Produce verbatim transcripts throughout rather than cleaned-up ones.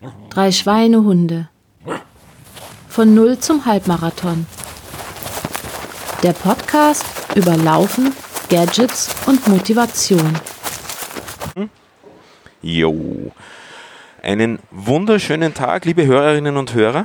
Drei Schweinehunde. Von Null zum Halbmarathon. Der Podcast über Laufen, Gadgets und Motivation. Jo. Einen wunderschönen Tag, liebe Hörerinnen und Hörer.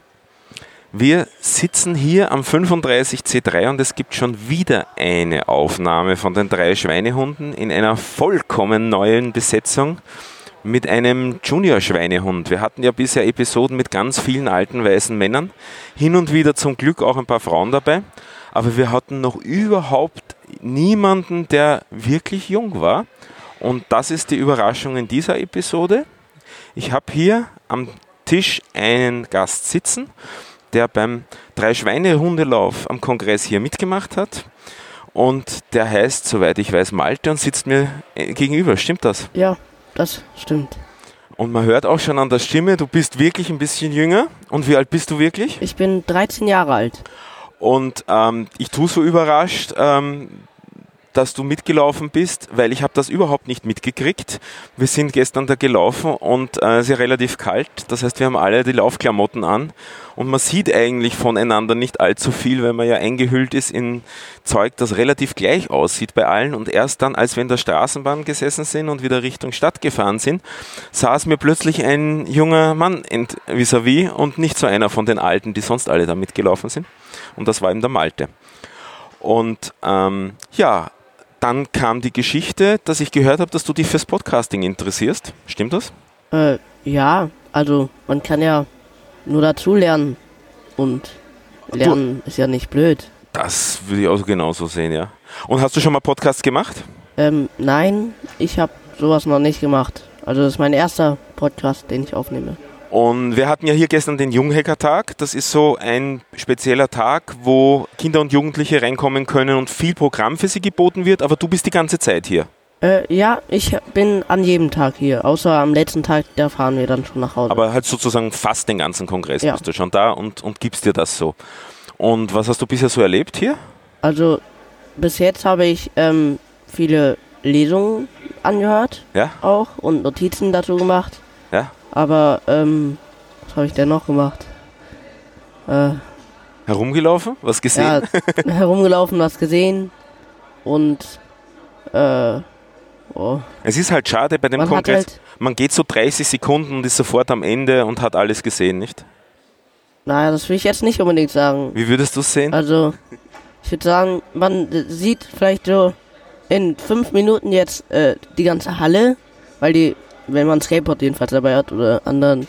Wir sitzen hier am fünfunddreißig C drei und es gibt schon wieder eine Aufnahme von den drei Schweinehunden in einer vollkommen neuen Besetzung mit einem Junior-Schweinehund. Wir hatten ja bisher Episoden mit ganz vielen alten weißen Männern, hin und wieder zum Glück auch ein paar Frauen dabei, aber wir hatten noch überhaupt niemanden, der wirklich jung war, und das ist die Überraschung in dieser Episode. Ich habe hier am Tisch einen Gast sitzen, der beim Drei-Schweine-Hundelauf am Kongress hier mitgemacht hat, und der heißt, soweit ich weiß, Malte und sitzt mir gegenüber. Stimmt das? Ja, das stimmt. Und man hört auch schon an der Stimme, du bist wirklich ein bisschen jünger. Und wie alt bist du wirklich? Ich bin dreizehn Jahre alt. Und ähm, ich tue so überrascht, ähm, dass du mitgelaufen bist, weil ich habe das überhaupt nicht mitgekriegt. Wir sind gestern da gelaufen und äh, es ist ja relativ kalt. Das heißt, wir haben alle die Laufklamotten an und man sieht eigentlich voneinander nicht allzu viel, weil man ja eingehüllt ist in Zeug, das relativ gleich aussieht bei allen. Und erst dann, als wir in der Straßenbahn gesessen sind und wieder Richtung Stadt gefahren sind, saß mir plötzlich ein junger Mann vis-à-vis und nicht so einer von den Alten, die sonst alle da mitgelaufen sind. Und das war eben der Malte. Und ähm, ja, dann kam die Geschichte, dass ich gehört habe, dass du dich fürs Podcasting interessierst. Stimmt das? Äh, ja, also man kann ja nur dazu lernen und lernen du, ist ja nicht blöd. Das würde ich auch genauso sehen, ja. Und hast du schon mal Podcasts gemacht? Ähm, nein, ich habe sowas noch nicht gemacht. Also das ist mein erster Podcast, den ich aufnehme. Und wir hatten ja hier gestern den Junghackertag. Das ist so ein spezieller Tag, wo Kinder und Jugendliche reinkommen können und viel Programm für sie geboten wird. Aber du bist die ganze Zeit hier. Äh, ja, ich bin an jedem Tag hier. Außer am letzten Tag, da fahren wir dann schon nach Hause. Aber halt sozusagen fast den ganzen Kongress ja. bist du schon da und, und gibst dir das so. Und was hast du bisher so erlebt hier? Also bis jetzt habe ich ähm, viele Lesungen angehört. Ja. Auch und Notizen dazu gemacht. Ja. Aber, ähm, was habe ich denn noch gemacht? Äh, herumgelaufen? Was gesehen? Ja, herumgelaufen, was gesehen. Und, äh, oh. Es ist halt schade bei dem man Kongress. Halt man geht so dreißig Sekunden und ist sofort am Ende und hat alles gesehen, nicht? Naja, das will ich jetzt nicht unbedingt sagen. Wie würdest du es sehen? Also, ich würde sagen, man sieht vielleicht so in fünf Minuten jetzt äh, die ganze Halle, weil die, wenn man Skateboard jedenfalls dabei hat oder anderen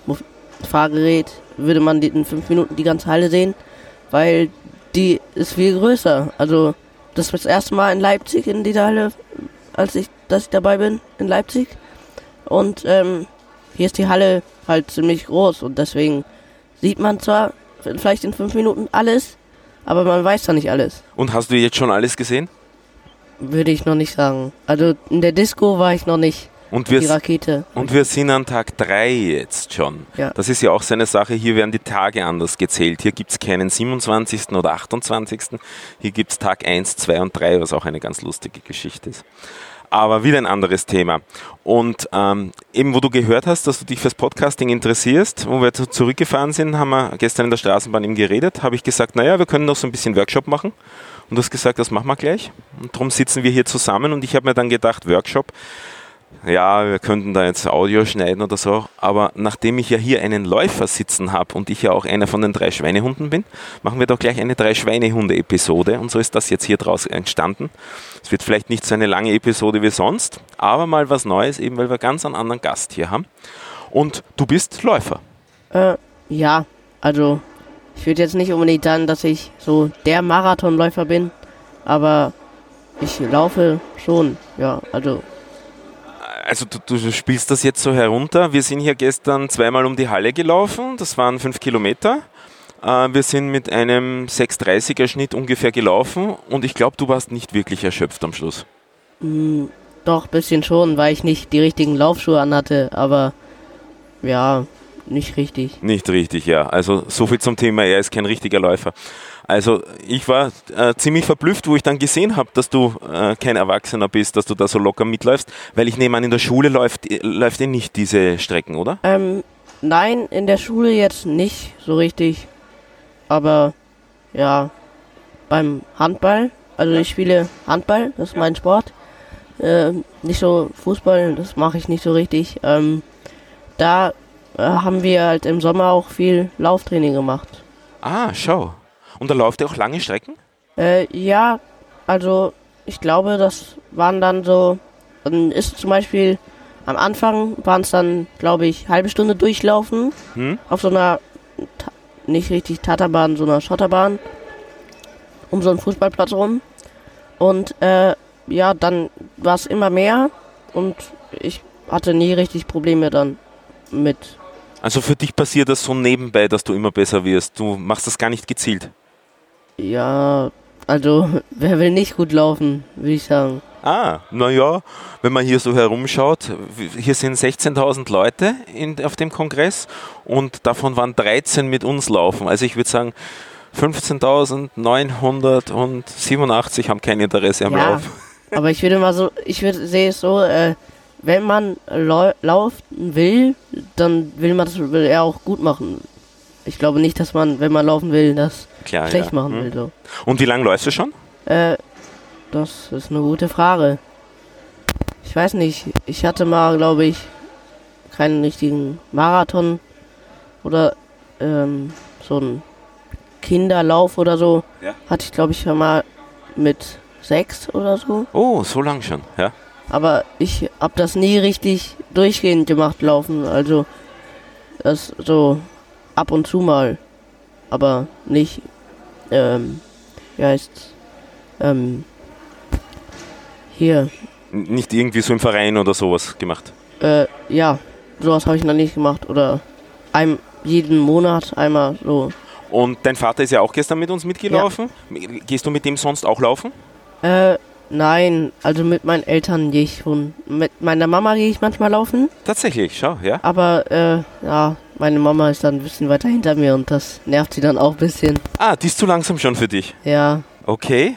Fahrgerät, würde man in fünf Minuten die ganze Halle sehen, weil die ist viel größer. Also das ist das erste Mal in Leipzig in dieser Halle, als ich, dass ich dabei bin, in Leipzig. Und ähm, hier ist die Halle halt ziemlich groß und deswegen sieht man zwar vielleicht in fünf Minuten alles, aber man weiß da nicht alles. Und hast du jetzt schon alles gesehen? Würde ich noch nicht sagen. Also in der Disco war ich noch nicht. Und wir, die Rakete. Und wir sind an Tag drei jetzt schon. Ja. Das ist ja auch so eine Sache, hier werden die Tage anders gezählt. Hier gibt es keinen siebenundzwanzigsten oder achtundzwanzigsten Hier gibt es Tag eins, zwei und drei, was auch eine ganz lustige Geschichte ist. Aber wieder ein anderes Thema. Und ähm, eben, wo du gehört hast, dass du dich fürs Podcasting interessierst, wo wir zurückgefahren sind, haben wir gestern in der Straßenbahn eben geredet, habe ich gesagt, naja, wir können noch so ein bisschen Workshop machen. Und du hast gesagt, das machen wir gleich. Und darum sitzen wir hier zusammen und ich habe mir dann gedacht, Workshop, ja, wir könnten da jetzt Audio schneiden oder so, aber nachdem ich ja hier einen Läufer sitzen habe und ich ja auch einer von den drei Schweinehunden bin, machen wir doch gleich eine Drei-Schweinehunde-Episode und so ist das jetzt hier draus entstanden. Es wird vielleicht nicht so eine lange Episode wie sonst, aber mal was Neues, eben weil wir ganz einen anderen Gast hier haben. Und du bist Läufer. Äh, ja, also ich würde jetzt nicht unbedingt sagen, dass ich so der Marathonläufer bin, aber ich laufe schon, ja, also... Also du, du spielst das jetzt so herunter. Wir sind hier gestern zweimal um die Halle gelaufen, das waren fünf Kilometer. Äh, wir sind mit einem sechs dreißiger Schnitt ungefähr gelaufen und ich glaube, du warst nicht wirklich erschöpft am Schluss. Mm, doch, ein bisschen schon, weil ich nicht die richtigen Laufschuhe anhatte, aber ja, nicht richtig. Nicht richtig, ja. Also so viel zum Thema, er ist kein richtiger Läufer. Also ich war äh, ziemlich verblüfft, wo ich dann gesehen habe, dass du äh, kein Erwachsener bist, dass du da so locker mitläufst, weil ich nehme an, in der Schule läuft, läuft ihr nicht diese Strecken, oder? Ähm, nein, in der Schule jetzt nicht so richtig. Aber ja, beim Handball, also ich spiele Handball, das ist mein Sport. Äh, nicht so Fußball, das mache ich nicht so richtig. Ähm, da äh, haben wir halt im Sommer auch viel Lauftraining gemacht. Ah, schau. Und da läuft ihr auch lange Strecken? Äh, ja, also ich glaube, das waren dann so, dann ist zum Beispiel am Anfang waren es dann, glaube ich, halbe Stunde durchlaufen Hm? auf so einer, Ta- nicht richtig Taterbahn, so einer Schotterbahn um so einen Fußballplatz rum. Und äh, ja, dann war es immer mehr und ich hatte nie richtig Probleme dann mit. Also für dich passiert das so nebenbei, dass du immer besser wirst. Du machst das gar nicht gezielt. Ja, also wer will nicht gut laufen, würde ich sagen. Ah, naja, wenn man hier so herumschaut, hier sind sechzehntausend Leute in, auf dem Kongress und davon waren dreizehn mit uns laufen. Also ich würde sagen, fünfzehntausendneunhundertsiebenundachtzig haben kein Interesse am Ja, Lauf. aber ich würde mal so, ich würde sehe es so, äh, wenn man lau- laufen will, dann will man das will er auch gut machen. Ich glaube nicht, dass man, wenn man laufen will, das Klar, schlecht ja. machen Hm. will. So. Und wie lange läufst du schon? Äh, das ist eine gute Frage. Ich weiß nicht, ich hatte mal, glaube ich, keinen richtigen Marathon oder ähm, so einen Kinderlauf oder so. Ja. Hatte ich, glaube ich, schon mal mit sechs oder so. Oh, so lang schon, ja. Aber ich habe das nie richtig durchgehend gemacht, laufen. Also das so ab und zu mal. Aber nicht, ähm, wie heißt's? Ähm, hier, N- Nicht irgendwie so im Verein oder sowas gemacht. äh, ja, sowas habe ich noch nicht gemacht. Oder ein, jeden Monat einmal so. Und dein Vater ist ja auch gestern mit uns mitgelaufen. Gehst du mit dem sonst auch laufen? Äh, nein, also mit meinen Eltern gehe ich schon. Mit meiner Mama gehe ich manchmal laufen. Tatsächlich, schau, ja. Aber, äh, ja, meine Mama ist dann ein bisschen weiter hinter mir und das nervt sie dann auch ein bisschen. Ah, die ist zu langsam schon für dich. Ja, Okay.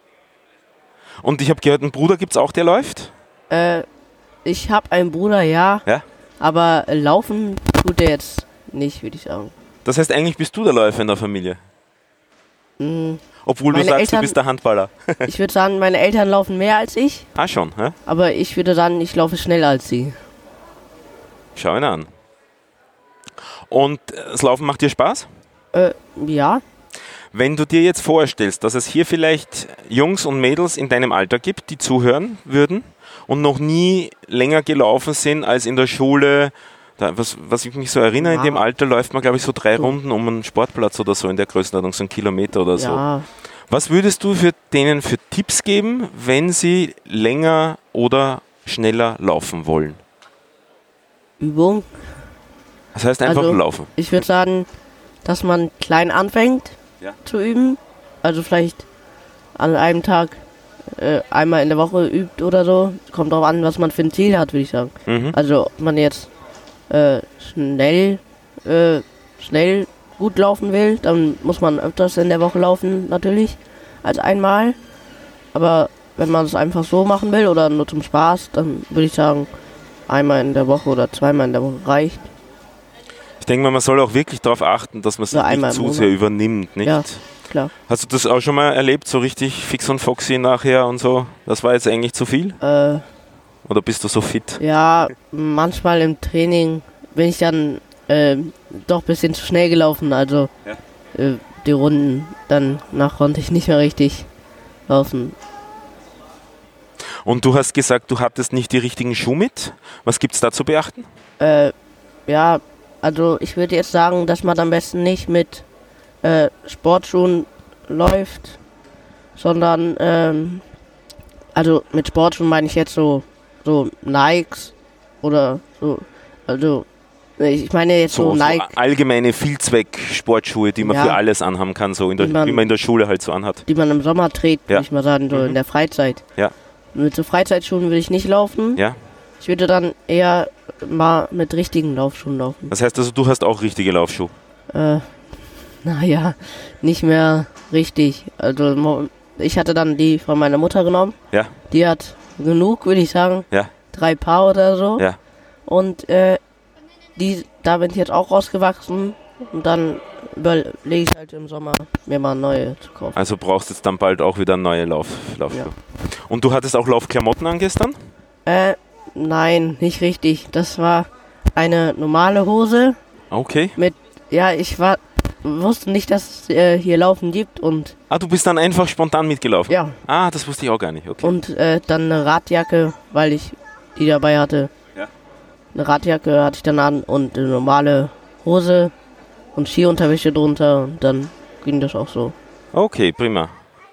Und ich habe gehört, einen Bruder gibt es auch, der läuft? äh, ich habe einen Bruder, ja. Ja. Aber äh, laufen tut er jetzt nicht, würde ich sagen. Das heißt, eigentlich bist du der Läufer in der Familie. Mm, Obwohl du Meine sagst, Eltern- du bist der Handballer. ich würde sagen, meine Eltern laufen mehr als ich. Ah, schon, hä? Aber ich würde sagen, ich laufe schneller als sie. Schau ihn an. Und äh, das Laufen macht dir Spaß? Äh, ja. Wenn du dir jetzt vorstellst, dass es hier vielleicht Jungs und Mädels in deinem Alter gibt, die zuhören würden und noch nie länger gelaufen sind als in der Schule, da, was, was ich mich so erinnere, in Ja. dem Alter läuft man, glaube ich, so drei So. Runden um einen Sportplatz oder so in der Größenordnung, so einen Kilometer oder so. Ja. Was würdest du für denen für Tipps geben, wenn sie länger oder schneller laufen wollen? Übung. Das heißt einfach Also- laufen. Ich würde sagen, dass man klein anfängt Ja. zu üben. Also vielleicht an einem Tag äh, einmal in der Woche übt oder so. Kommt drauf an, was man für ein Ziel hat, würde ich sagen. Mhm. Also ob man jetzt äh, schnell, äh, schnell gut laufen will, dann muss man öfters in der Woche laufen, natürlich, als einmal. Aber wenn man es einfach so machen will oder nur zum Spaß, dann würde ich sagen, einmal in der Woche oder zweimal in der Woche reicht. Ich denke mal, man soll auch wirklich darauf achten, dass man es Ja, einmal nicht im zu Monat. sehr übernimmt. Nicht? Ja, klar. Hast du das auch schon mal erlebt, so richtig fix und foxy nachher und so? Das war jetzt eigentlich zu viel? Äh, Oder bist du so fit? ja, manchmal im Training bin ich dann äh, doch ein bisschen zu schnell gelaufen. Also äh, die Runden, danach konnte ich nicht mehr richtig laufen. Und du hast gesagt, du hattest nicht die richtigen Schuhe mit. Was gibt es da zu beachten? Äh, ja, also ich würde jetzt sagen, dass man am besten nicht mit äh, Sportschuhen läuft, sondern ähm, also mit Sportschuhen meine ich jetzt so so Nikes oder so, also ich meine jetzt so, So, so Nike, allgemeine Vielzweck-Sportschuhe, die man Ja. für alles anhaben kann, so in der, Die man- wie man in der Schule halt so anhat. die man im Sommer trägt, Ja. würde ich mal sagen, so Mhm. in der Freizeit. Ja. Mit so Freizeitschuhen würde ich nicht laufen. Ja? Ich würde dann eher mal mit richtigen Laufschuhen laufen. Das heißt also, du hast auch richtige Laufschuhe. Äh, naja, nicht mehr richtig. Also mo- ich hatte dann die von meiner Mutter genommen. Ja? Die hat genug, würde ich sagen. Ja? Drei Paar oder so. Ja? Und äh, die, da bin ich jetzt auch rausgewachsen und dann überlege ich halt im Sommer, mir mal neue zu kaufen. Also brauchst du jetzt dann bald auch wieder neue Lauf, Laufschuhe. Ja. Und du hattest auch Laufklamotten an gestern? Äh, nein, nicht richtig. Das war eine normale Hose. Okay. Mit, ja, ich war, wusste nicht, dass es äh, hier Laufen gibt und... Ah, du bist dann einfach spontan mitgelaufen? Ja. Ah, das wusste ich auch gar nicht, okay. Und äh, dann eine Radjacke, weil ich die dabei hatte. Ja. Eine Radjacke hatte ich dann an und eine normale Hose und Skiunterwäsche drunter und dann ging das auch so. Okay, prima.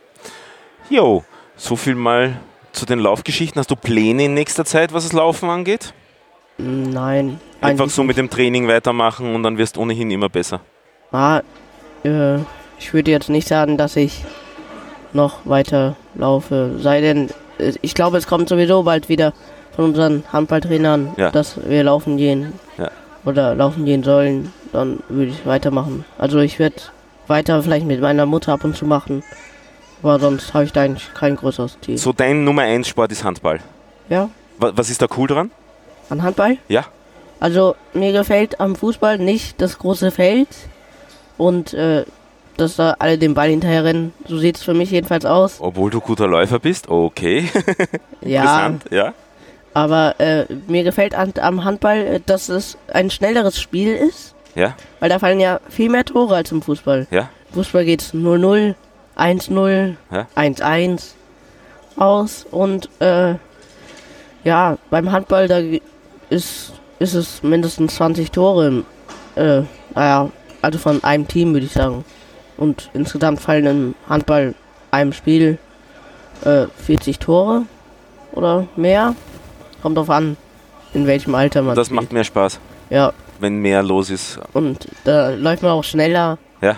Jo, so viel mal zu den Laufgeschichten. Hast du Pläne in nächster Zeit, was das Laufen angeht? Nein. Einfach so mit dem Training weitermachen und dann wirst du ohnehin immer besser. Ah, äh, ich würde jetzt nicht sagen, dass ich noch weiter laufe. Sei denn, ich glaube, es kommt sowieso bald wieder von unseren Handballtrainern, ja. dass wir laufen gehen. Ja. Oder laufen gehen sollen. Dann würde ich weitermachen. Also ich werde weiter vielleicht mit meiner Mutter ab und zu machen. Aber sonst habe ich da eigentlich kein größeres Ziel. So dein Nummer eins Sport ist Handball? Ja. Was ist da cool dran? An Handball? Ja. Also mir gefällt am Fußball nicht das große Feld und äh, dass da alle den Ball hinterher rennen. So sieht es für mich jedenfalls aus. Obwohl du guter Läufer bist? Okay. Ja. Interessant, ja. Aber äh, mir gefällt an, am Handball, dass es ein schnelleres Spiel ist. Ja. Weil da fallen ja viel mehr Tore als im Fußball. Ja. Im Fußball geht es null null, eins null, ja. eins eins aus. Und äh, ja, beim Handball, da ist, ist es mindestens zwanzig Tore. Äh, naja, also von einem Team, würde ich sagen. Und insgesamt fallen im Handball einem Spiel äh, vierzig Tore oder mehr. Kommt drauf an, in welchem Alter man Das spielt. macht mehr Spaß. Ja. Wenn mehr los ist. Und da läuft man auch schneller. Ja.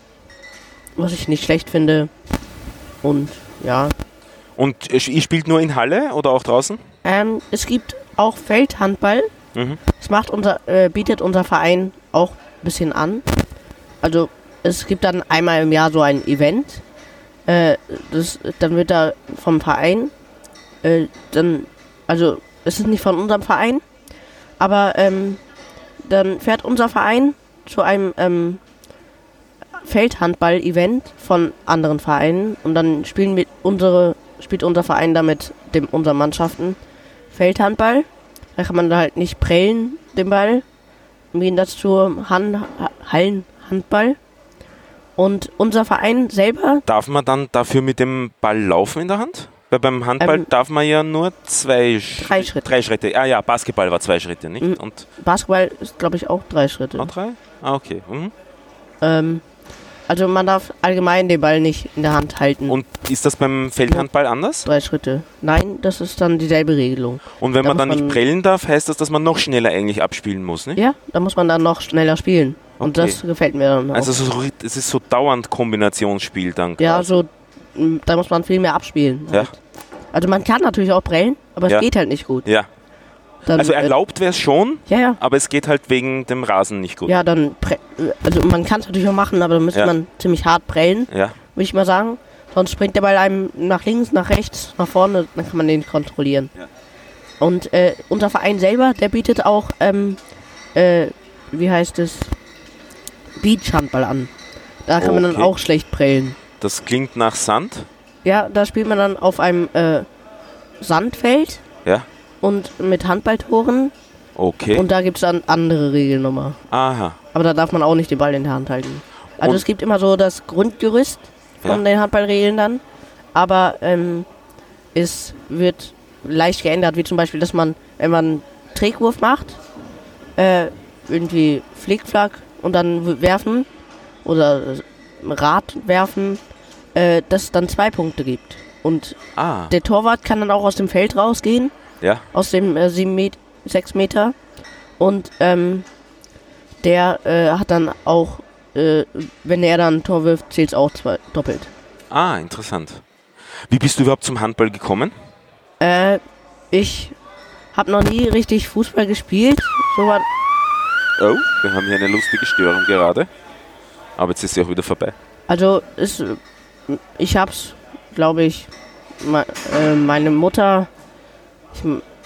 Was ich nicht schlecht finde. Und ja. Und ihr spielt nur in Halle oder auch draußen? Ähm, es gibt auch Feldhandball. Mhm. Das macht unser, äh, bietet unser Verein auch ein bisschen an. Also es gibt dann einmal im Jahr so ein Event. Äh, das, dann wird da vom Verein, äh, dann, also es ist nicht von unserem Verein, aber ähm, dann fährt unser Verein zu einem ähm, Feldhandball-Event von anderen Vereinen und dann spielen mit unsere, spielt unser Verein da mit dem, unseren Mannschaften Feldhandball. Da kann man da halt nicht prellen, den Ball, im Gegensatz zu Han- Hallenhandball. Und unser Verein selber... Darf man dann dafür mit dem Ball laufen in der Hand? Weil beim Handball ähm, darf man ja nur zwei Sch- drei Schritte. Drei Schritte. Ah ja, Basketball war zwei Schritte, nicht? Mhm. Und Basketball ist, glaube ich, auch drei Schritte. Auch drei? Ah, okay. Mhm. Ähm, also man darf allgemein den Ball nicht in der Hand halten. Und ist das beim Feldhandball anders? Drei Schritte. Nein, das ist dann dieselbe Regelung. Und wenn da man dann man nicht prellen darf, heißt das, dass man noch schneller eigentlich abspielen muss, nicht? Ja, da muss man dann noch schneller spielen. Und okay. das gefällt mir dann auch. Also so, es ist so dauernd Kombinationsspiel dann quasi. Ja, so, da muss man viel mehr abspielen. Ja. Halt. Also man kann natürlich auch prellen, aber es ja. geht halt nicht gut. Ja. Dann, also erlaubt wäre es schon, ja, ja. aber es geht halt wegen dem Rasen nicht gut. Ja, dann, prä- also man kann es natürlich auch machen, aber dann müsste ja. man ziemlich hart prellen, ja. würde ich mal sagen. Sonst springt der Ball einem nach links, nach rechts, nach vorne, dann kann man den kontrollieren. Ja. Und äh, unser Verein selber, der bietet auch, ähm, äh, wie heißt es, Beachhandball an. Da kann okay. man dann auch schlecht prellen. Das klingt nach Sand? Ja, da spielt man dann auf einem äh, Sandfeld. Ja. Und mit Handballtoren. Okay. Und da gibt es dann andere Regeln nochmal. Aha. Aber da darf man auch nicht den Ball in der Hand halten. Also und es gibt immer so das Grundgerüst von ja. den Handballregeln dann. Aber ähm, es wird leicht geändert, wie zum Beispiel, dass man, wenn man einen Trägwurf macht, äh, irgendwie Flickflack und dann werfen oder Rad werfen, äh, dass es dann zwei Punkte gibt. Und ah. der Torwart kann dann auch aus dem Feld rausgehen. Ja. Aus dem äh, sieben Met- sechs Meter. Und ähm, der äh, hat dann auch, äh, wenn er dann ein Tor wirft, zählt es auch zwei, doppelt. Ah, interessant. Wie bist du überhaupt zum Handball gekommen? Äh, ich habe noch nie richtig Fußball gespielt. So war oh, wir haben hier eine lustige Störung gerade. Aber jetzt ist sie auch wieder vorbei. Also, ist, ich hab's, glaube ich, me- äh, meine Mutter... Ich,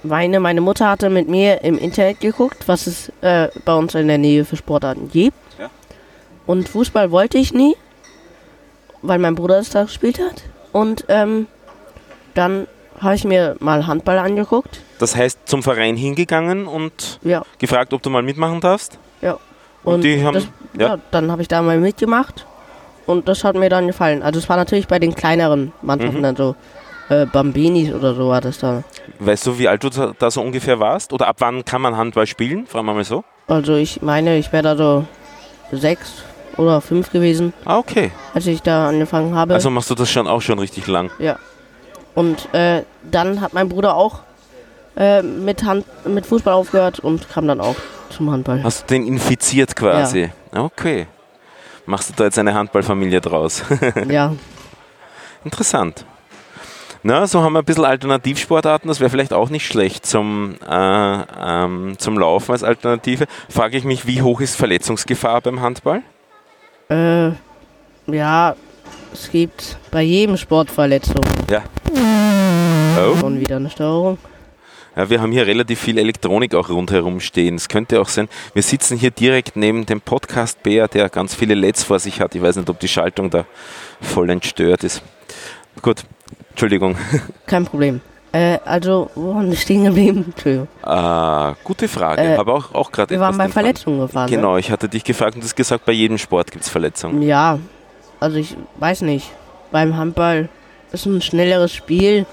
meine, meine Mutter hatte mit mir im Internet geguckt, was es äh, bei uns in der Nähe für Sportarten gibt. Ja. Und Fußball wollte ich nie, weil mein Bruder es da gespielt hat. Und ähm, dann habe ich mir mal Handball angeguckt. Das heißt, zum Verein hingegangen und Ja. gefragt, ob du mal mitmachen darfst? Ja. Und, Und die haben, das, ja. ja, dann habe ich da mal mitgemacht und das hat mir dann gefallen. Also es war natürlich bei den kleineren Mannschaften Mhm. dann so äh, Bambinis oder so war das da. Weißt du, wie alt du da da so ungefähr warst? Oder ab wann kann man Handball spielen? Fragen wir mal so. Also ich meine, ich wäre da so sechs oder fünf gewesen, Ah, okay. als ich da angefangen habe. Also machst du das schon auch schon richtig lang. Ja. Und äh, dann hat mein Bruder auch äh, mit, Hand, mit Fußball aufgehört und kam dann auch zum Handball. Hast du den infiziert quasi? Okay. Machst du da jetzt eine Handballfamilie draus? Ja. Interessant. Na, so haben wir ein bisschen Alternativsportarten, das wäre vielleicht auch nicht schlecht zum, äh, ähm, zum Laufen als Alternative. Frage ich mich, wie hoch ist Verletzungsgefahr beim Handball? Äh, ja, es gibt bei jedem Sport Verletzungen. Ja. Oh. Schon wieder eine Steuerung. Ja, wir haben hier relativ viel Elektronik auch rundherum stehen. Es könnte auch sein, wir sitzen hier direkt neben dem Podcast-Bär, der ganz viele L E Ds vor sich hat. Ich weiß nicht, ob die Schaltung da voll entstört ist. Gut, Entschuldigung. Kein Problem. Äh, also, wo waren wir stehen geblieben? Entschuldigung. Äh, gute Frage, Äh, aber auch, auch gerade Wir etwas waren bei den Fang- Verletzungen gefahren. Genau, ich hatte dich gefragt und du hast gesagt, bei jedem Sport gibt es Verletzungen. Ne? Ja, also ich weiß nicht. Beim Handball ist ein schnelleres Spiel.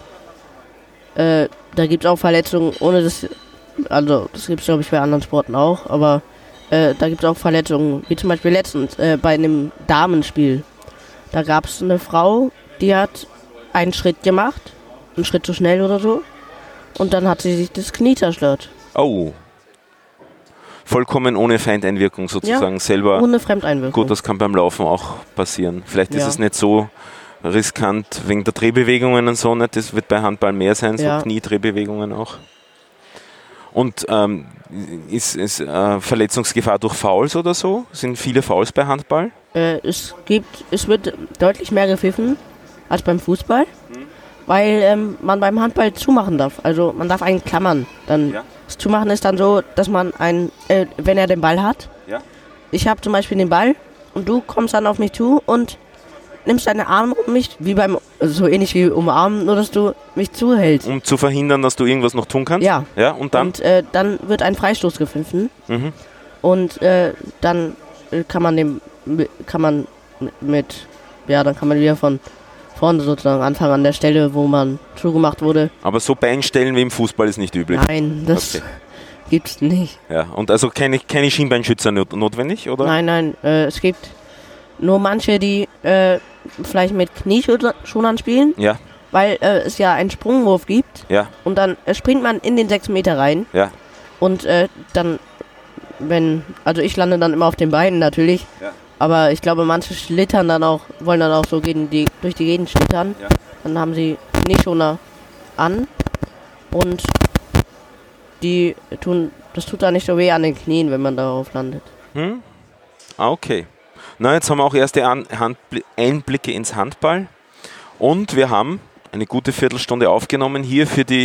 Äh, da gibt es auch Verletzungen, ohne das. Also, das gibt es, glaube ich, bei anderen Sporten auch. Aber äh, da gibt es auch Verletzungen, wie zum Beispiel letztens äh, bei einem Damenspiel. Da gab es eine Frau, die hat einen Schritt gemacht, einen Schritt zu schnell oder so. Und dann hat sie sich das Knie zerstört. Oh. Vollkommen ohne Feindeinwirkung sozusagen selber. Ohne Fremdeinwirkung. Gut, das kann beim Laufen auch passieren. Vielleicht ist Ja. es nicht so riskant wegen der Drehbewegungen und so nicht. Das wird bei Handball mehr sein, Ja. so Kniedrehbewegungen auch. Und ähm, ist, ist äh, Verletzungsgefahr durch Fouls oder so? Sind viele Fouls bei Handball? Äh, es gibt, es wird deutlich mehr gepfiffen als beim Fußball, weil ähm, man beim Handball zumachen darf. Also man darf einen klammern. Dann Ja. das Zumachen ist dann so, dass man einen, äh, wenn er den Ball hat. Ja. Ich habe zum Beispiel den Ball und du kommst dann auf mich zu und nimmst deine Arme um mich, wie beim, also so ähnlich wie umarmen, nur dass du mich zuhältst. Um zu verhindern, dass du irgendwas noch tun kannst? Ja. Ja, und dann? Und äh, dann wird ein Freistoß gepfiffen Mhm. und äh, dann äh, kann man dem, kann man mit, ja, dann kann man wieder von vorne sozusagen anfangen an der Stelle, wo man zugemacht wurde. Aber so Beinstellen wie im Fußball ist nicht üblich. Nein, das Okay. gibt's nicht. Ja. Und also keine, keine Schienbeinschützer not notwendig, oder? Nein, nein, äh, es gibt nur manche, die äh, vielleicht mit Knieschultern spielen, Ja, weil äh, es ja einen Sprungwurf gibt ja, und dann äh, springt man in den sechs Meter rein ja. und äh, dann, wenn, also ich lande dann immer auf den Beinen natürlich, Ja. aber ich glaube manche schlittern dann auch, wollen dann auch so gegen die, durch die Gegend schlittern, Ja. dann haben sie Knieschoner an und die tun, das tut dann nicht so weh an den Knien, wenn man darauf landet. Hm? Ah, okay. Na, jetzt haben wir auch erste An Handbl Einblicke ins Handball und wir haben eine gute Viertelstunde aufgenommen hier für die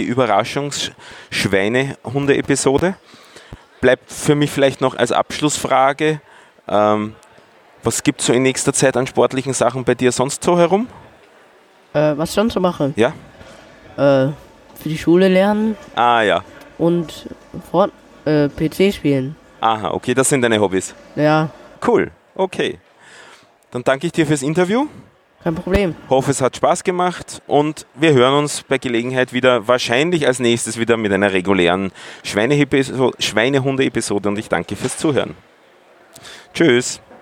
Überraschungs-Schweinehunde-Episode. Bleibt für mich vielleicht noch als Abschlussfrage, ähm, was gibt es so in nächster Zeit an sportlichen Sachen bei dir sonst so herum? Äh, was sonst so mache? Ja? Äh, für die Schule lernen Ah ja. und Fort äh, P C spielen. Aha, okay, das sind deine Hobbys. Ja, Cool, okay. Dann danke ich dir fürs Interview. kein Problem. Hoffe, es hat Spaß gemacht und wir hören uns bei Gelegenheit wieder, wahrscheinlich als nächstes wieder mit einer regulären Schweinehundi-Episode und ich danke fürs Zuhören. Tschüss.